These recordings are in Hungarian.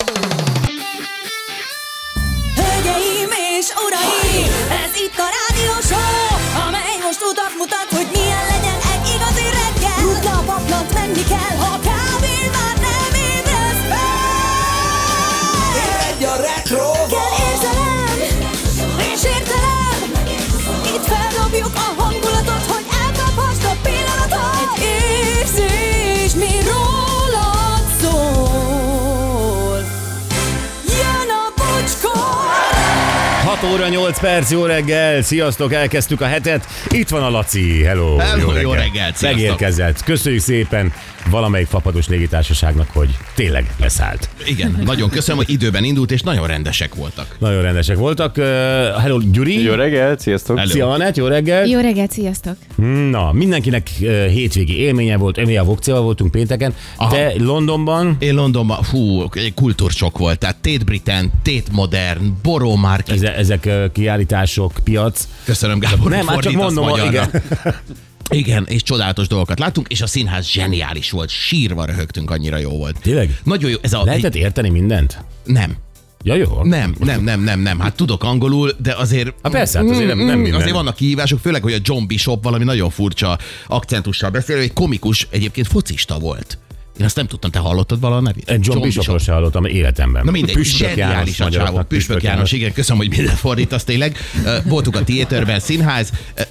Hölgyeim és uraim, ez itt a rádió show, amely most utat mutat, hogy milyen legyen egy igazi reggel. Rutna a paplant, menni kell, ha kávén már nem ébresz fel. Egy a retro. Kell érzelem és értelem, itt feldobjuk a hangulatot, hogy elkaphast a pillanatot. Egy érzés, mi rólad szól. Jön a bocskor. 6 óra 8 perc, jó reggel, sziasztok, elkezdtük a hetet. Itt van a Laci, hello, Jó reggelt, sziasztok. Megérkezett, köszönjük szépen valamelyik fapados légitársaságnak, hogy tényleg leszállt. Igen, nagyon köszönöm, hogy időben indult, és nagyon rendesek voltak. Nagyon rendesek voltak. Hello, Gyuri. Jó reggelt, sziasztok! Hello. Szia, Anett, jó reggel. Jó reggelt, sziasztok! Na, mindenkinek hétvégi élménye volt, mi a Vokcéval voltunk pénteken, de Londonban... Én Londonban, egy kultúrcsok volt, tehát Tate Britain, Tate Modern, Borough Market. Ezek kiállítások, piac. Köszönöm, Gábor, Nem, hogy hát csak fordítasz mondom, magyarra. igen. Igen, és csodálatos dolgokat láttunk, és a színház zseniális volt, sírva röhögtünk, annyira jó volt. Tényleg? Nagyon jó, ez a... Lehetett érteni mindent? Nem. Ja, jó. Nem. Hát tudok angolul, de azért... Hát persze, hát azért nem minden. Azért vannak kihívások, főleg, hogy a John Bishop valami nagyon furcsa akcentussal beszél, egy komikus, egyébként focista volt. Én azt nem tudtam, te hallottad valaha a nevét? John Bishopról se hallottam életemben. Na mindegy, Püspök János zseniális a csávó. magyaroknak, Püspök János, igen, köszönöm, hogy minden fordítasz tényleg. Voltunk a Theaterben, színház.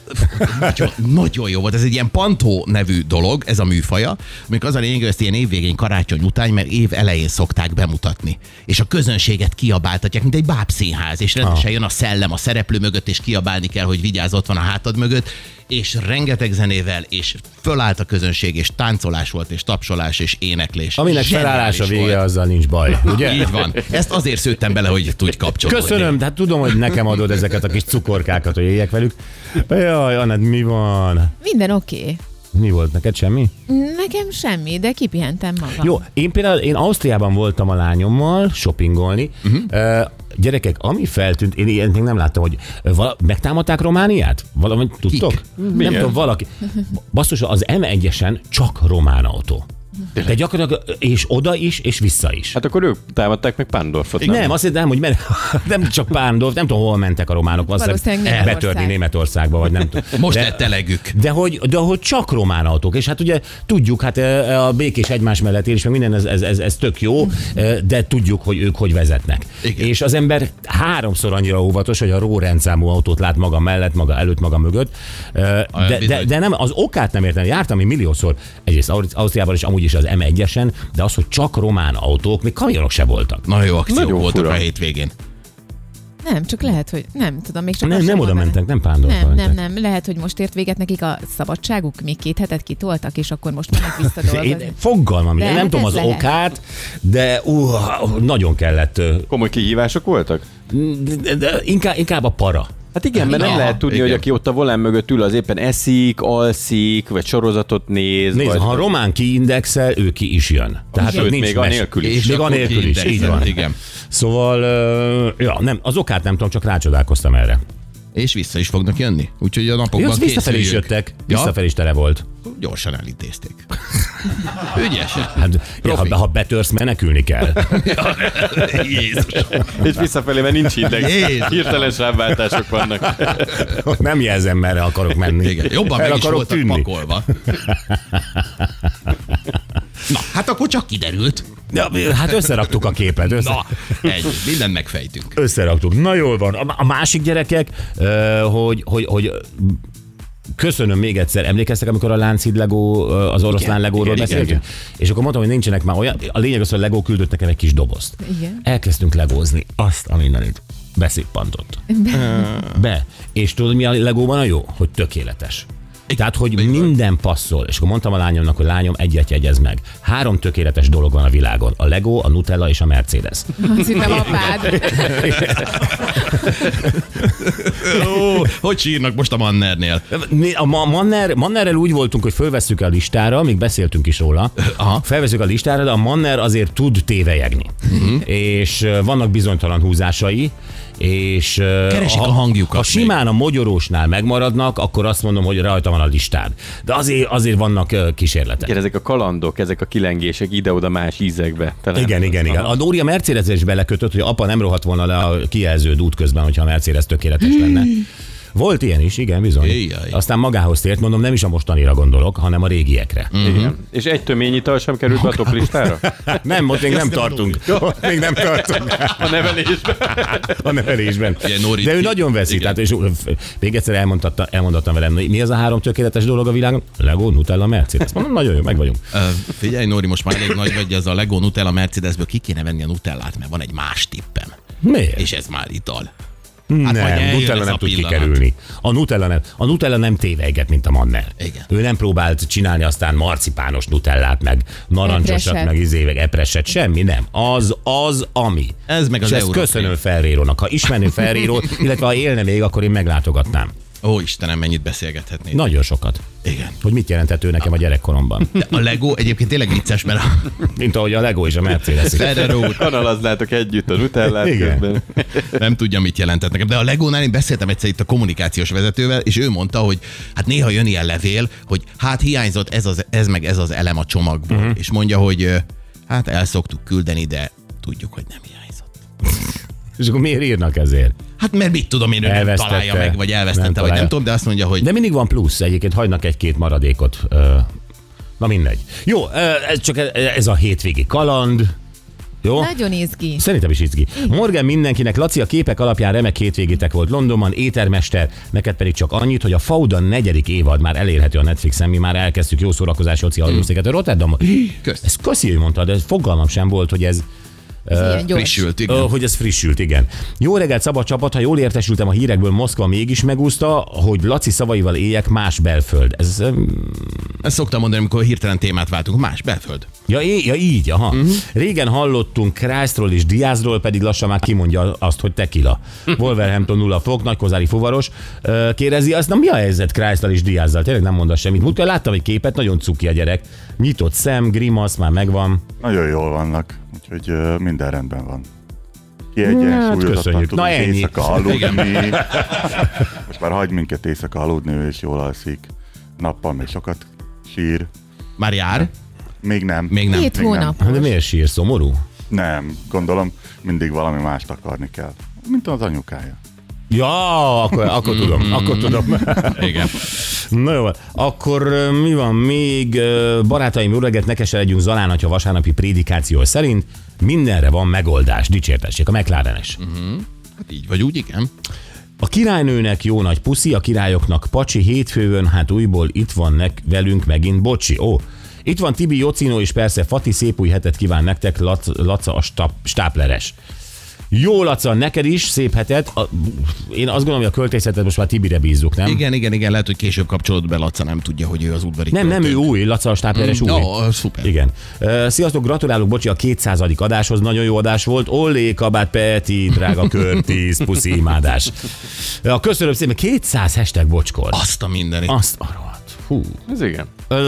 Nagyon jó volt, ez egy ilyen pantó nevű dolog, ez a műfaja, amikor az a lényeg, hogy ezt ilyen évvégén, karácsony után, mert év elején szokták bemutatni. És a közönséget kiabáltatják, mint egy bábszínház, és rendesen jön a szellem a szereplő mögött, és kiabálni kell, hogy vigyázz, ott van a hátad mögött, és rengeteg zenével, és fölállt a közönség, és táncolás volt, és tapsolás, és éneklés. Aminek Zseniális felállása vége, volt. azzal nincs baj, ugye? Így van. Ezt azért szőttem bele, hogy tudj kapcsolódni. Köszönöm, hát tudom, hogy nekem adod ezeket a kis cukorkákat, hogy éljek velük. Jaj, Anett, mi van? Minden oké. Mi volt neked, semmi? Nekem semmi, de kipihentem magam. Jó, én Ausztriában voltam a lányommal shoppingolni. Gyerekek, ami feltűnt, én ilyet még nem láttam, hogy megtámadták Romániát? Valamit tudtok? Nem tudom, valaki. Basszus, az M1-esen csak román autó. De gyakorlatilag, és oda is, és vissza is. Hát akkor ők támadták meg Pándorfot. Nem, azt hiszem, hogy nem csak Pándorf, nem tudom, hol mentek a románok, Valószínűleg betörni Németországba, vagy nem tudom. Most lett elegük. De hogy csak román autók, és hát ugye tudjuk, hát a békés egymás mellett él, és meg minden ez tök jó, de tudjuk, hogy ők hogy vezetnek. Igen. És az ember háromszor annyira óvatos, hogy a rórendszámú autót lát maga mellett, maga előtt, maga mögött, de nem, az okát nem értem. Jártam én milliószor, egyrészt Ausztriában is amúgy is az M1-esen, de az, hogy csak román autók, még kamionok se voltak. Nagyon jó akciók Nagyon voltak fura. a hétvégén. Nem, csak lehet, hogy nem tudom, még csak azt Nem sem oda mondaná. mentek, nem Pándorfba mentek. Nem, lehet, hogy most ért véget nekik a szabadságuk, még 2 hetet kitoltak, és akkor most mennek vissza dolgozni. Én fogalmam, De nem hát tudom ez az lehet. okát, de nagyon kellett, Komoly kihívások voltak? de inkább a para. Hát igen, mert nem Aha, lehet tudni, igen. hogy aki ott a volán mögött ül, az éppen eszik, alszik, vagy sorozatot néz. Nézd, vagy... ha a román kiindexel, ő ki is jön. Tehát Sőt, ott nincs még mes- anélkül is. És még akkor anélkül is, indexel, így van. igen. Szóval, nem, az okát nem tudom, csak rácsodálkoztam erre. És vissza is fognak jönni. Úgyhogy a napokban Az visszafelé is készüljünk. jöttek, Ja? visszafelé is tele volt. Gyorsan elintézték. Ügyesen. Hát, ha betörsz, menekülni kell. Jézus. És visszafelé, mert nincs index. Jézus. Hirtelen sávváltások vannak. Nem jelzem, merre akarok menni. Igen, jobban El meg is akarok voltak tűnni. pakolva. Na, hát akkor csak kiderült. Ja, hát összeraktuk a képet. Na, mindent megfejtünk. Összeraktuk. Na jól van. A másik gyerekek, hogy köszönöm még egyszer. Emlékeztek, amikor a Lánchíd Lego, az oroszlán Legóról igen, beszéltünk? igen. És akkor mondtam, hogy nincsenek már olyan. A lényeg az, hogy a Lego küldött nekem egy kis dobozt. Igen. Elkezdtünk legózni. Azt a mindenit. Beszippantott. Be. És tudod, mi a Legóban a jó? Hogy tökéletes. Tehát, hogy minden passzol. És akkor mondtam a lányomnak, hogy lányom, egyet jegyez meg. 3 tökéletes dolog van a világon. A Lego, a Nutella és a Mercedes. Azt hittem apád. Hogy sírnak most a Mannernél? A Mannerrel úgy voltunk, hogy fölvesszük a listára, még beszéltünk is róla, felvesszük a listára, de a Manner azért tud tévejegni. És vannak bizonytalan húzásai, és Keresik a hangjukat ha simán a mogyorósnál megmaradnak, akkor azt mondom, hogy rajta van a listád. De azért vannak kísérletek. Igen, ezek a kalandok, ezek a kilengések ide-oda más ízekbe. Igen. A Nóri a Mercedes is belekötött, hogy apa nem rohadt volna le a kijelződ út közben, hogyha a Mercedes tökéletes lenne. Volt ilyen is, igen, bizony. Éjjaj. Aztán magához tért, mondom, nem is a mostanira gondolok, hanem a régiekre. Igen. És egy tömény ital sem került be a top listára? Nem, ott még nem tartunk. Ott még nem tartunk. A nevelésben. A nevelésben. Ugye, Nóri- De ő nagyon veszi. Igen. Tehát, és még egyszer elmondottam velem, mi az a 3 tökéletes dolog a világon? Lego, Nutella, Mercedes. Mondom, nagyon jó, meg vagyunk. Figyelj, Nóri, most már elég nagy vagy, ez a Lego Nutella Mercedesből ki kéne venni a Nutellát, mert van egy más tippem. Miért? És ez már ital. Nem, majd eljön Nutella ez nem a tud pillanat. kikerülni. A Nutella nem tévejget, mint a Manner. Igen. Ő nem próbált csinálni aztán marcipános Nutellát, meg narancsosat, Epreset. meg epreset, semmi, nem. Az, ami. Ez meg az És ezt Európa. köszönöm Ferrérónak. Ha ismerném Ferrérót, illetve ha élne még, akkor én meglátogatnám. Ó, Istenem, mennyit beszélgethetnénk. Nagyon sokat. Igen. Hogy mit jelentett ő nekem a gyerekkoromban. De a Lego egyébként tényleg vicces, mert Mint ahogy a Lego és a Mercedes is. Ferrero Kanalaznátok együtt a Nutellát Igen. közben. nem tudja, mit jelentett nekem. De a Legónál én beszéltem egyszer itt a kommunikációs vezetővel, és ő mondta, hogy hát néha jön ilyen levél, hogy hát hiányzott ez az elem a csomagból. És mondja, hogy hát el szoktuk küldeni, de tudjuk, hogy nem hiányzott. És akkor miért írnak ezért? Hát mert mit tudom én, ő nem Elvesztette. találja meg, vagy elvesztette, Nem vagy találja. nem tudom, de azt mondja, hogy De mindig van plusz, egyébként hagynak egy-két maradékot. Na mindegy. Jó, ez csak ez a hétvégi kaland. Jó? Nagyon izgi. Szerintem is izgi. Morgan mindenkinek, Laci, a képek alapján remek hétvégétek volt Londonban, étermester, neked pedig csak annyit, hogy a Fauda 4. évad már elérhető a Netflixen, mi már elkezdtük, jó szórakozás, Laci, hallószéket a Rotterdamban. Kösz. Ez köszi, hogy mondta, de fogalmam sem volt, hogy ez Ilyen gyors. frissült, igen. hogy ez frissült, igen. Jó reggelt, szabad csapat, ha jól értesültem a hírekből, Moszkva mégis megúszta, hogy Laci szavaival éljek, más belföld. Ez, Ezt szoktam mondani, amikor hirtelen témát váltunk. Más belföld. ja így, aha. Régen hallottunk Christról és Diazról, pedig lassan már kimondja azt, hogy tequila. Wolverhampton 0 fok, nagykozári fuvaros. Kérdezi azt, na mi a helyzet Christral és Diazzal? Tényleg nem mondasz semmit. Múltkor láttam egy képet, nagyon cuki a gyerek. Nyitott szem, grimasz, már megvan. Nagyon jól vannak, úgyhogy minden rendben van. köszönjük. Kiegyensúlyozottan Na, tudunk ennyi. éjszaka aludni. Most már hagy minket éjszaka aludni, ő is jól alszik. Nappal még sokat sír. Már jár? Még nem. Még nem. 7 még nem. hónap. De miért sír, szomorú? Nem, gondolom mindig valami mást akarni kell. Mint az anyukája. Ja, akkor tudom. Igen. Na jó, akkor mi van még? Barátaim, jó reggelt, ne se legyünk Zalán, hogyha vasárnapi prédikáció szerint mindenre van megoldás. Dicsértessék, a McLarenes. Hát így vagy úgy, igen. A királynőnek jó nagy puszi, a királyoknak pacsi, hétfőn, hát újból itt van velünk megint bocsi. Ó, itt van Tibi, Jocino és persze Fati, szép új hetet kíván nektek, Laca a stápleres. Jó, Laca, neked is szép hetet. Én azt gondolom, hogy a költészetet most már Tibire bízzuk, nem? Igen, lehet, hogy később kapcsolódott be Laca, nem tudja, hogy ő az udvari Nem, ő költő. új, Laca a stápleres új. Ó, szuper. Igen. Sziasztok, gratulálok, bocsi, a 200. adáshoz. Nagyon jó adás volt. Ollé, kabát, Peti, drága Körtis, puszi, imádás. Köszönöm szépen. 200 hashtag bocskor. Azt a mindenit. Azt a rohadt. Hú. Ez igen.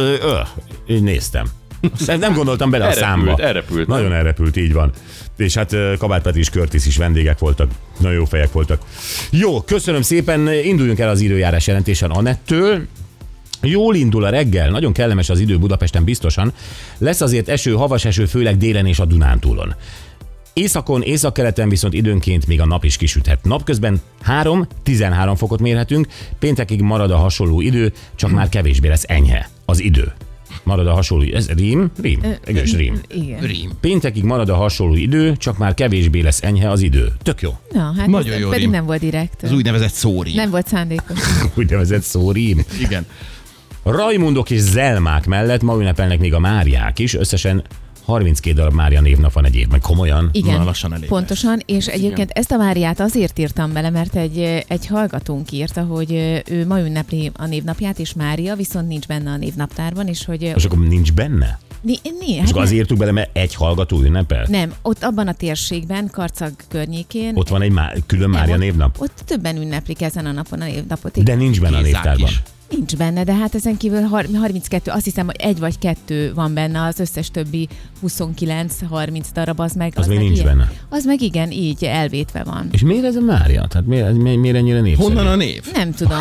Így néztem. Nem gondoltam bele a számba. Elrepült. Nagyon elrepült, így van. És hát Kabát Peti és Körtis is vendégek voltak. Nagyon jó fejek voltak. Jó, köszönöm szépen. Induljunk el az időjárás jelentésen Anettől. Jól indul a reggel, nagyon kellemes az idő Budapesten biztosan. Lesz azért eső, havas eső, főleg délen és a Dunántúlon. Északon, északkeleten viszont időnként még a nap is kisüthet. Napközben 3-13 fokot mérhetünk, péntekig marad a hasonló idő, csak már kevésbé lesz enyhe az idő. Marad a hasonló idő. Ez rím? Egész rím. Igen. Rím. Péntekig marad a hasonló idő, csak már kevésbé lesz enyhe az idő. Tök jó. Na, hát Nagyon ez jó pedig rím. nem volt direkt. Az úgynevezett szóri. Nem volt szándékos. Úgynevezett szó rím. Igen. Rajmundok és Zelmák mellett ma ünnepelnek még a Máriák is, összesen 32 darab Mária névnap van egy évben, komolyan. Igen, Na, lassan elég pontosan, és egyébként ezt a Máriát azért írtam bele, mert egy hallgatónk írta, hogy ő ma ünnepli a névnapját, és Mária viszont nincs benne a névnaptárban, és hogy... És akkor nincs benne? Hát És akkor azért írtuk bele, mert egy hallgató ünnepel? nem, ott abban a térségben, Karcag környékén... Ott van egy külön nem, Mária ott- névnap? Ott többen ünneplik ezen a napon a névnapot. De nincs benne a Gézák névtárban. is. Nincs benne, de hát ezen kívül 32, azt hiszem, hogy 1 vagy 2 van benne, az összes többi 29-30 darab, az meg... Az még meg nincs ilyen. benne. Az meg igen, így elvétve van. És miért ez a Mária? Tehát miért ennyire népszerű? Honnan a név? Nem tudom.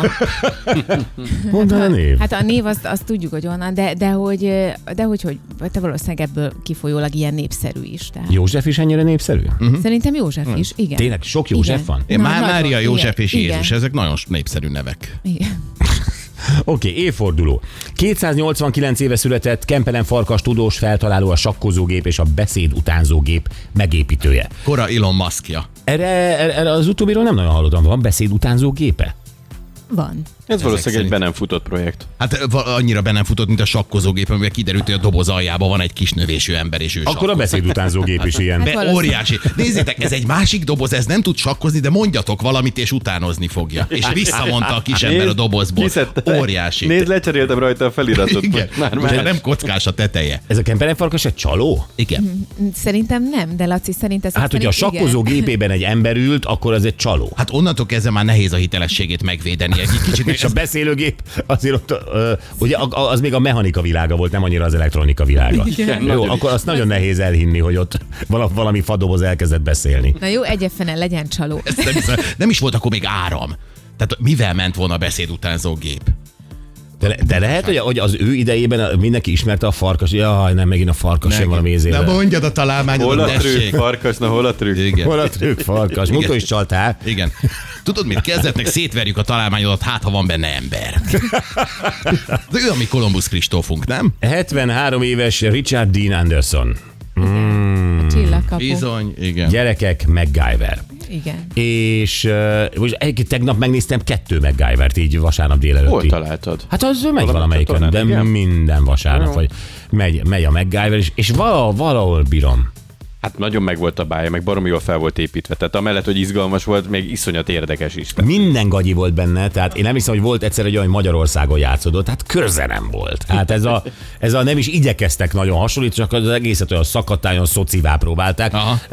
Honnan a név? Hát a név azt tudjuk, hogy honnan, de hogy te valószínűleg ebből kifolyólag ilyen népszerű is. Tehát. József is ennyire népszerű? Szerintem József is, igen. Tényleg sok József Igen. van? Mária, nagyon, József és igen, Jézus, igen. ezek nagyon népszerű nevek. Igen. Oké, évforduló. 289 éve született Kempelen Farkas tudós feltaláló, a sakkozógép és a beszédutánzógép megépítője. Kora Elon Muskja. Erre az utóbbiról nem nagyon hallottam. Van beszédutánzógépe? Van. Ez valószínűleg szerint. egy be nem futott projekt. Hát annyira be nem futott, mint a sakkozógép, amivel kiderült, hogy a doboz aljában van egy kis növésű ember, és ő Akkor a sakkoz. beszédutánzógép is ilyen. Hát De valószínű. óriási. Nézzétek, ez egy másik doboz, ez nem tud sakkozni, de mondjatok valamit, és utánozni fogja. És visszamondta a kis ember a dobozból. Kiszedte. Óriási. Nézd, lecseréltem rajta a feliratot. Igen, Már most más. nem kockás a teteje. Ez a Kempelen Farkas egy csaló? Igen. Szerintem nem, de Laci szerint ez... Hát, hogyha a szerint sakkozó gépében egy ember ült, akkor az egy csaló. Hát onnantól kezdve már nehéz a hitelességét megvédeni. Egy kicsit És a beszélőgép azért ott, ugye az még a mechanika világa volt, nem annyira az elektronika világa. Igen, Jó, nagyon akkor azt nagyon nehéz elhinni, hogy ott valami fadoboz elkezdett beszélni. Na jó, egyefene legyen csaló. Ezt nem, nem is volt akkor még áram. Tehát mivel ment volna a beszédutánzó gép? De lehet, hogy az ő idejében mindenki ismerte a farkas, jaj, nem, megint a farkas jön valami Na ézével. mondjad a Hol találmányodon, a trükk, tessék. farkas, na hol a trükk? Igen. Hol a trükk farkas? Munkó is csaltál. Igen. Tudod mit? Kezdetnek szétverjük a találmányodat, hát ha van benne ember. De ő a mi Kolumbusz Kristófunk, nem? 73 éves Richard Dean Anderson. A csillagkapu. Bizony, igen. Gyerekek, MacGyver. Igen. És most tegnap megnéztem 2 MacGyvert így vasárnap délelőtt. Hol találtad? Hát az megy Valamelyik valamelyiken, de csatornán, igen? minden vasárnap, Jó. vagy megy a MacGyver, és valahol bírom. Hát nagyon meg volt a bája, meg baromi jól fel volt építve. Tehát amellett, hogy izgalmas volt, még iszonyat érdekes is. Minden gagyi volt benne, tehát én nem hiszem, hogy volt egyszer egy olyan, hogy Magyarországon játszódott, hát köze nem volt. Hát ez a nem is igyekeztek nagyon hasonlítani, csak az egészet olyan szakadtályon szocivá próbálták,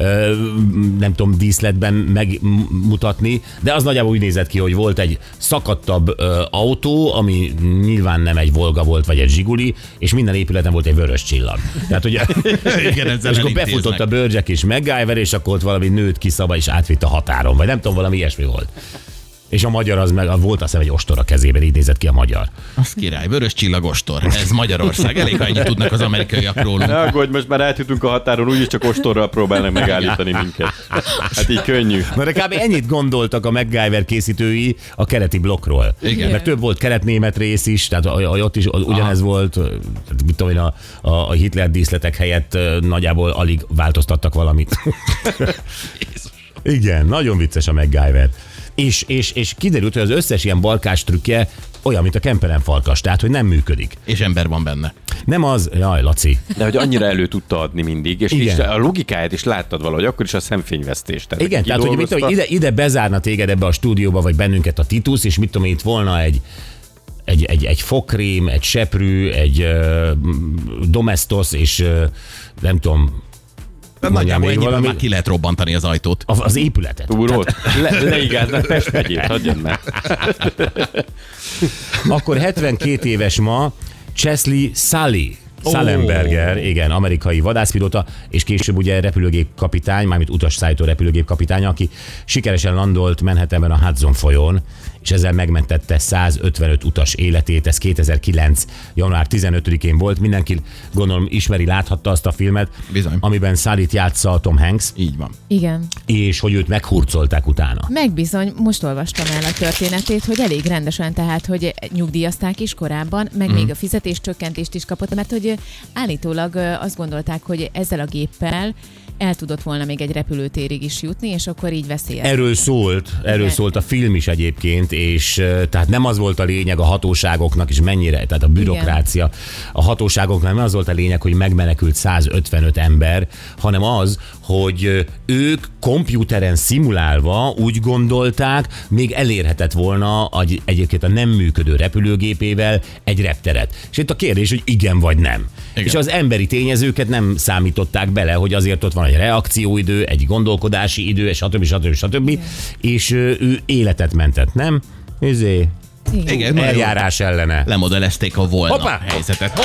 nem tudom, díszletben megmutatni, de az nagyjából úgy nézett ki, hogy volt egy szakadtabb autó, ami nyilván nem egy Volga volt, vagy egy Zsiguli, és minden épületen volt egy vörös csillag. Tehát ugye, Igen, ezzel és akkor elintéznek. befutott a Börgyek és MacGyver, és akkor ott valami nőt kiszaba és átvitt a határon, vagy nem tudom, valami ilyesmi volt. És a magyar az meg volt, azt hiszem, egy ostor a kezében, így nézett ki a magyar. Az király, vörös csillagostor. Ez Magyarország. Elég, ha ennyit tudnak az amerikaiak rólunk. Ne aggódj, most már átjutunk a határon, úgyis csak ostorral próbálnak megállítani minket. Hát így könnyű. Na de kb. Ennyit gondoltak a MacGyver készítői a keleti blokkról. Igen. Mert több volt kelet-német rész is, tehát ott is ugyanez volt, tehát mit tudom én, a Hitler díszletek helyett nagyjából alig változtattak valamit. Igen, nagyon vicces a MacGyver. És kiderült, hogy az összes ilyen balkás trükkje olyan, mint a Kempelen Farkas, tehát, hogy nem működik. És ember van benne. Nem az, jaj, Laci. De hogy annyira elő tudta adni mindig, és Igen. a logikáját is láttad valahogy, akkor is a szemfényvesztés. Tehát Igen, aki tehát, hogy mit tudom, kidolgozta- ide bezárna téged ebbe a stúdióba, vagy bennünket a Titus, és mit tudom, itt volna egy fokrém, egy seprű, egy Domestos, és nem tudom, mondjam Nagyjából még ennyiben valami. már ki lehet robbantani az ajtót. Az épületet. Túrót? Leigáznak Pest megyét, hagyjad már. Akkor 72 éves ma Chesley Sully. Sullenberger, igen, amerikai vadászpilóta, és később ugye repülőgép kapitány, mármint utasszállító repülőgép kapitánya, aki sikeresen landolt Manhattanben a Hudson folyón, és ezzel megmentette 155 utas életét. Ez 2009. január 15-én volt. Mindenki, gondolom, ismeri, láthatta azt a filmet, Bizony. amiben Sullyt játsza Tom Hanks, Így van. Igen. és hogy őt meghurcolták utána. Megbizony, most olvastam el a történetét, hogy elég rendesen, tehát, hogy nyugdíjazták is korábban, meg még a fizetéscsökkentést is kapott, mert hogy állítólag azt gondolták, hogy ezzel a géppel el tudott volna még egy repülőtérig is jutni, és akkor így veszélyes. Erről szólt a film is egyébként, és tehát nem az volt a lényeg a hatóságoknak, és mennyire, tehát a bürokrácia, a hatóságoknak nem az volt a lényeg, hogy megmenekült 155 ember, hanem az, hogy ők kompjúteren szimulálva úgy gondolták, még elérhetett volna egyébként a nem működő repülőgépével egy repteret. És itt a kérdés, hogy igen vagy nem. Igen. És az emberi tényezőket nem számították bele, hogy azért ott van egy reakcióidő, egy gondolkodási idő, és stb. És ő életet mentett, nem? Igen, eljárás ellene. lemodelezték a volna Hoppá! helyzetet.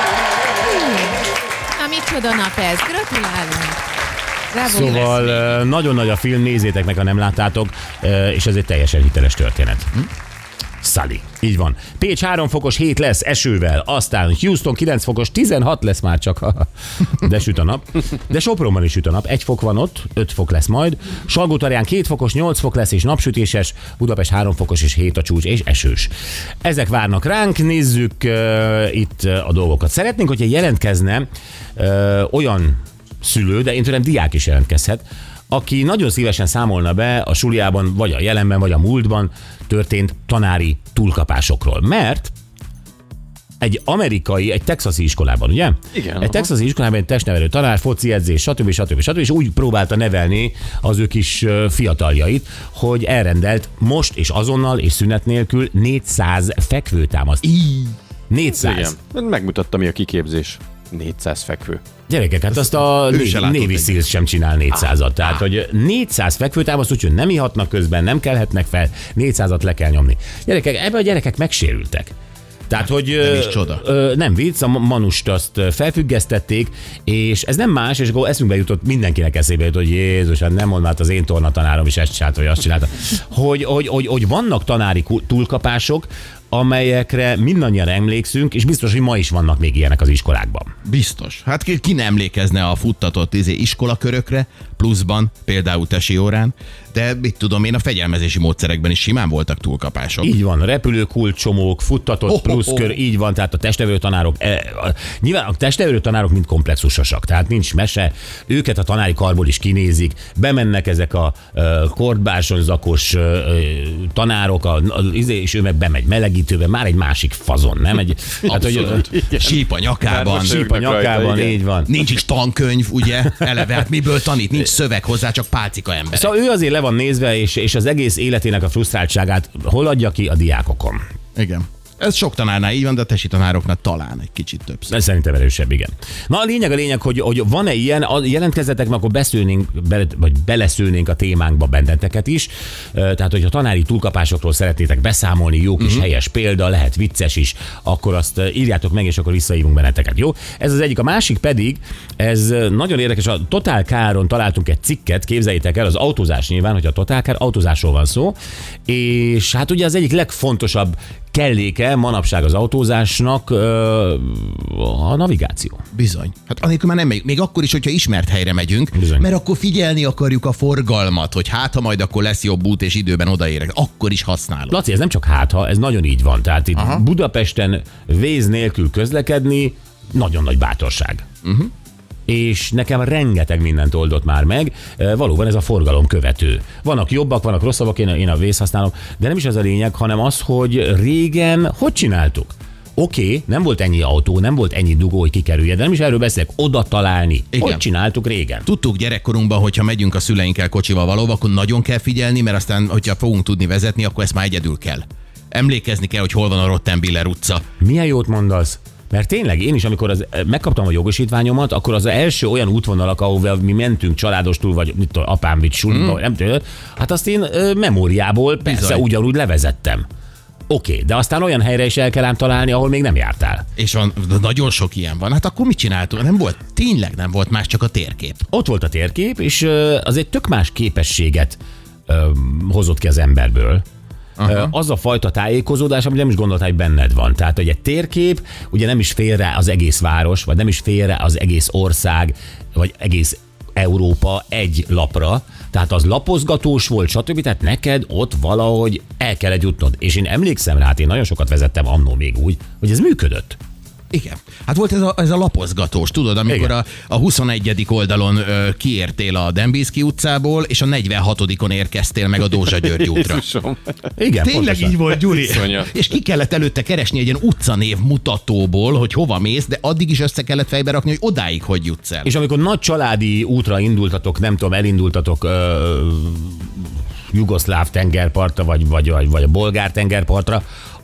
Na, micsoda nap ez? Gratulálunk! Bravo, Szóval nagyon nagy a film, nézzétek meg, ha nem láttátok, és ez egy teljesen hiteles történet. Sully. Így van. Pécs 3 fokos 7 lesz esővel, aztán Houston 9 fokos 16 lesz már csak, de süt a nap. De Sopronban is süt a nap, 1 fok van ott, 5 fok lesz majd. Salgótarján 2 fokos 8 fok lesz és napsütéses, Budapest 3 fokos és 7 a csúcs és esős. Ezek várnak ránk, nézzük itt a dolgokat. Szeretnénk, hogyha jelentkezne olyan szülő, de én tőlem diák is jelentkezhet, aki nagyon szívesen számolna be a suliában, vagy a jelenben, vagy a múltban történt tanári túlkapásokról. Mert egy texasi iskolában, ugye? Igen. Egy texasi iskolában egy testnevelő tanár, foci edzés, stb. És úgy próbálta nevelni az ő kis fiataljait, hogy elrendelt most és azonnal és szünet nélkül 400 fekvőtámaszt. 400. Igen. Megmutatta, mi a kiképzés. 400 fekvő. Gyerekek, hát azt a Navy Seals sem csinál 400-at. Tehát, hogy 400 fekvőtámaszt, úgyhogy nem ihatnak közben, nem kelhetnek fel, 400-at le kell nyomni. Gyerekek, ebben a gyerekek megsérültek. Tehát, hogy Nem is csoda. Nem vicc, a Manust azt felfüggesztették, és ez nem más, és akkor eszünkbe jutott, mindenkinek eszébe jutott, hogy Jézus, hát nem mondd, hát az én tornatanárom is ezt csinált, vagy azt csinálta. Hogy vannak tanári túlkapások, amelyekre mindannyian emlékszünk, és biztos, hogy ma is vannak még ilyenek az iskolákban. Biztos. Hát ki nem emlékezne a futtatott iskolakörökre, pluszban, például tesi órán, de mit tudom én, a fegyelmezési módszerekben is simán voltak túlkapások. Így van, repülőkulcsomók, futtatott pluszkör, így van, tehát a testnevelő tanárok, nyilván a testnevelő tanárok mind komplexusosak, tehát nincs mese, őket a tanári karból is kinézik, bemennek ezek a kordbársonyzakos tanárok, és ő meg bemegy melegítőbe, már egy másik fazon, nem? Síp a nyakában. Síp a nyakában, így van. Nincs is tankönyv, ugye? Eleve, hát miből tanít? Nincs szöveg hozzá, csak pálcika ember. Szóval ő azért le van nézve, és az egész életének a frusztráltságát hol adja ki? A diákokon. Igen. Ez sok tanárnál így van, de a tesi tanároknál talán egy kicsit többször. Ez szerintem erősebb, igen. Na a lényeg, hogy van-e ilyen, jelentkezzetek, mert akkor beleszülnénk a témánkba benneteket is. Tehát, hogyha tanári túlkapásokról szeretnétek beszámolni, jó kis helyes példa, lehet vicces is, akkor azt írjátok meg, és akkor visszahívunk benneteket, jó? Ez az egyik. A másik pedig, ez nagyon érdekes, a Total Car-on találtunk egy cikket, képzeljétek el, az autózás nyilván, hogy a Total Car, autózásról van szó, és hát ugye az egyik legfontosabb kelléke manapság az autózásnak a navigáció. Bizony. Hát anélkül már nem megyünk. Még akkor is, hogyha ismert helyre megyünk, Bizony. mert akkor figyelni akarjuk a forgalmat, hogy hát ha majd akkor lesz jobb út és időben odaérek. Akkor is használom. Laci, ez nem csak hátha, ez nagyon így van. Tehát itt Budapesten Waze nélkül közlekedni nagyon nagy bátorság. És nekem rengeteg mindent oldott már meg, valóban ez a forgalom követő. Vannak jobbak, vannak rosszabbak, én a Waze használom, de nem is ez a lényeg, hanem az, hogy régen hogy csináltuk? Oké, nem volt ennyi autó, nem volt ennyi dugó, hogy kikerülje, de nem is erről beszélek, oda találni. Igen. Hogy csináltuk régen? Tudtuk gyerekkorunkban, hogyha megyünk a szüleinkkel kocsival valóban, akkor nagyon kell figyelni, mert aztán, hogyha fogunk tudni vezetni, akkor ezt már egyedül kell. Emlékezni kell, hogy hol van a Rottenbiller utca. Milyen jót mondasz? Mert tényleg én is, amikor megkaptam a jogosítványomat, akkor az első olyan útvonalak, ahol mi mentünk családostul, vagy mit tudom, apám vitt suliba, nem tudom, hát azt én memóriából persze ugyanúgy levezettem. Oké, de aztán olyan helyre is el kell ám találni, ahol még nem jártál. És nagyon sok ilyen van. Hát akkor mit csináltunk? Tényleg nem volt más, csak a térkép. Ott volt a térkép, és az egy tök más képességet hozott ki az emberből. Az a fajta tájékozódás, amit nem is gondoltál, hogy benned van. Tehát, hogy egy térkép ugye nem is fér rá az egész város, vagy nem is fér rá az egész ország, vagy egész Európa egy lapra, tehát az lapozgatós volt, stb. Tehát neked ott valahogy el kellett jutnod. És én emlékszem rá, én nagyon sokat vezettem annó még úgy, hogy ez működött. Igen. Hát volt ez a lapozgatós, tudod, amikor a 21. oldalon kiértél a Dembicki utcából, és a 46-on érkeztél meg a Dózsa György útra. Jézusom. Igen, Tényleg pontosan. így volt, Gyuri. Iszonyat. És ki kellett előtte keresni egy ilyen utcanév mutatóból, hogy hova mész, de addig is össze kellett fejbe rakni, hogy odáig hogy jutsz el. És amikor nagy családi útra indultatok, nem tudom, elindultatok jugoszláv tengerpartra, vagy a bolgár tengerpartra,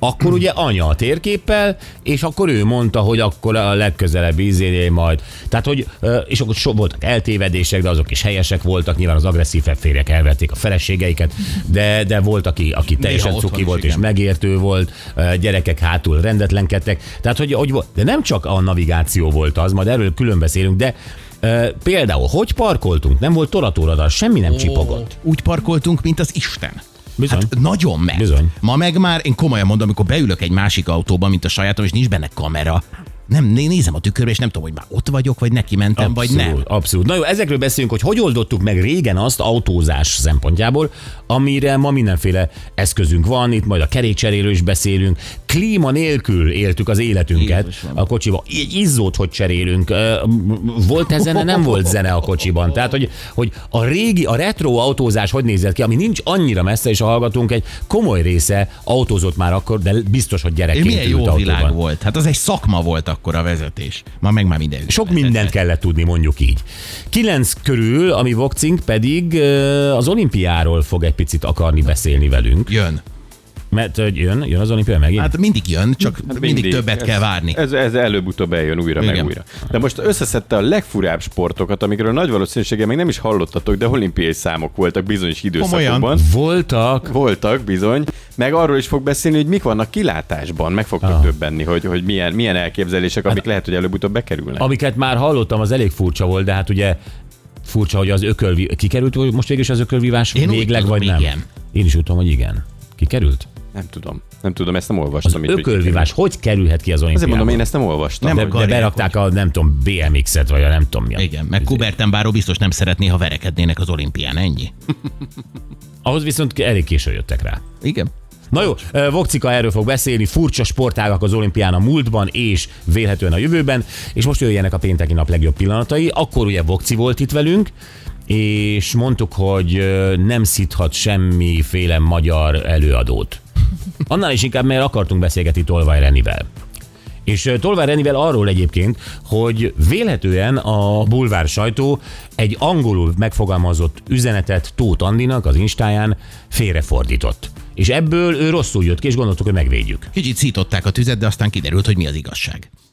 akkor ugye anya a térképpel, és akkor ő mondta, hogy akkor a legközelebb ízénél majd. Tehát, hogy, és akkor voltak eltévedések, de azok is helyesek voltak, nyilván az agresszívebb férjek elvették a feleségeiket, de volt, aki teljesen cuki volt, és megértő volt, gyerekek hátul rendetlenkedtek. Tehát, hogy de nem csak a navigáció volt az, majd erről külön beszélünk, de például, hogy parkoltunk? Nem volt toratóradar, semmi nem csipogott. Úgy parkoltunk, mint az Isten. Bizony. Hát nagyon meg. Bizony. Ma meg már, én komolyan mondom, amikor beülök egy másik autóba, mint a sajátom, és nincs benne kamera, nem nézem a tükörbe, és nem tudom, hogy már ott vagyok, vagy neki mentem, Abszolút, vagy nem. Abszolút. Na jó, ezekről beszélünk, hogy oldottuk meg régen azt autózás szempontjából, amire ma mindenféle eszközünk van, itt majd a kerékcseréről is beszélünk, klíma nélkül éltük az életünket a kocsiba. Izzót, hogy cserélünk. Volt zene, nem volt zene a kocsiban. Tehát, hogy a régi, a retro autózás hogy nézett ki, ami nincs annyira messze, és a hallgatónk egy komoly része autózott már akkor, de biztos, hogy gyerekként Milyen ült jó autóban. világ volt. Hát az egy szakma volt akkor a vezetés. Ma meg már minden. Sok mindent kellett tudni, mondjuk így. 9 körül, ami Vokcink pedig az olimpiáról fog egy picit akarni beszélni velünk. Jön. Mert jön az olimpia megint? Hát mindig jön, csak mindig többet kell várni. Ez előbb-utóbb eljön újra, Igen. meg újra. De most összeszedte a legfurább sportokat, amikről nagy valószínűséggel még nem is hallottatok, de olimpiai számok voltak bizonyos időszakokban. Voltak bizony, meg arról is fog beszélni, hogy mik vannak kilátásban, meg fogtok döbbenni, hogy milyen elképzelések, amik lehet, hogy előbb-utóbb bekerülnek. Amiket már hallottam, az elég furcsa volt, de hát ugye furcsa, hogy az kikerült most végül is az ökölvívás végleg, vagy nem? Igen. Én is úgy tudom, hogy igen. Kikerült? Nem tudom, ezt nem olvastam. Az ökölvívás hogy kerülhet ki az olimpiába? Azért mondom, én ezt nem olvastam. De berakták a nem tudom BMX-et, vagy a nem tudom mi. Igen, meg Kubertenbáró biztos nem szeretné, ha verekednének az olimpián, ennyi. Ahhoz viszont elég későn jöttek rá. Igen. Na jó, Vokcika erről fog beszélni, furcsa sportágak az olimpián a múltban és vélhetően a jövőben, és most jöjjenek a pénteki nap legjobb pillanatai. Akkor ugye Vokci volt itt velünk, és mondtuk, hogy nem szidhat semmiféle magyar előadót. Annál is inkább, mert akartunk beszélgetni Tolvaj Renivel. És Tolvaj Renivel arról egyébként, hogy vélhetően a bulvár sajtó egy angolul megfogalmazott üzenetet Tóth Andinak az Instáján félrefordított. És ebből ő rosszul jött ki, és gondoltuk, hogy megvédjük. Kicsit szították a tüzet, de aztán kiderült, hogy mi az igazság.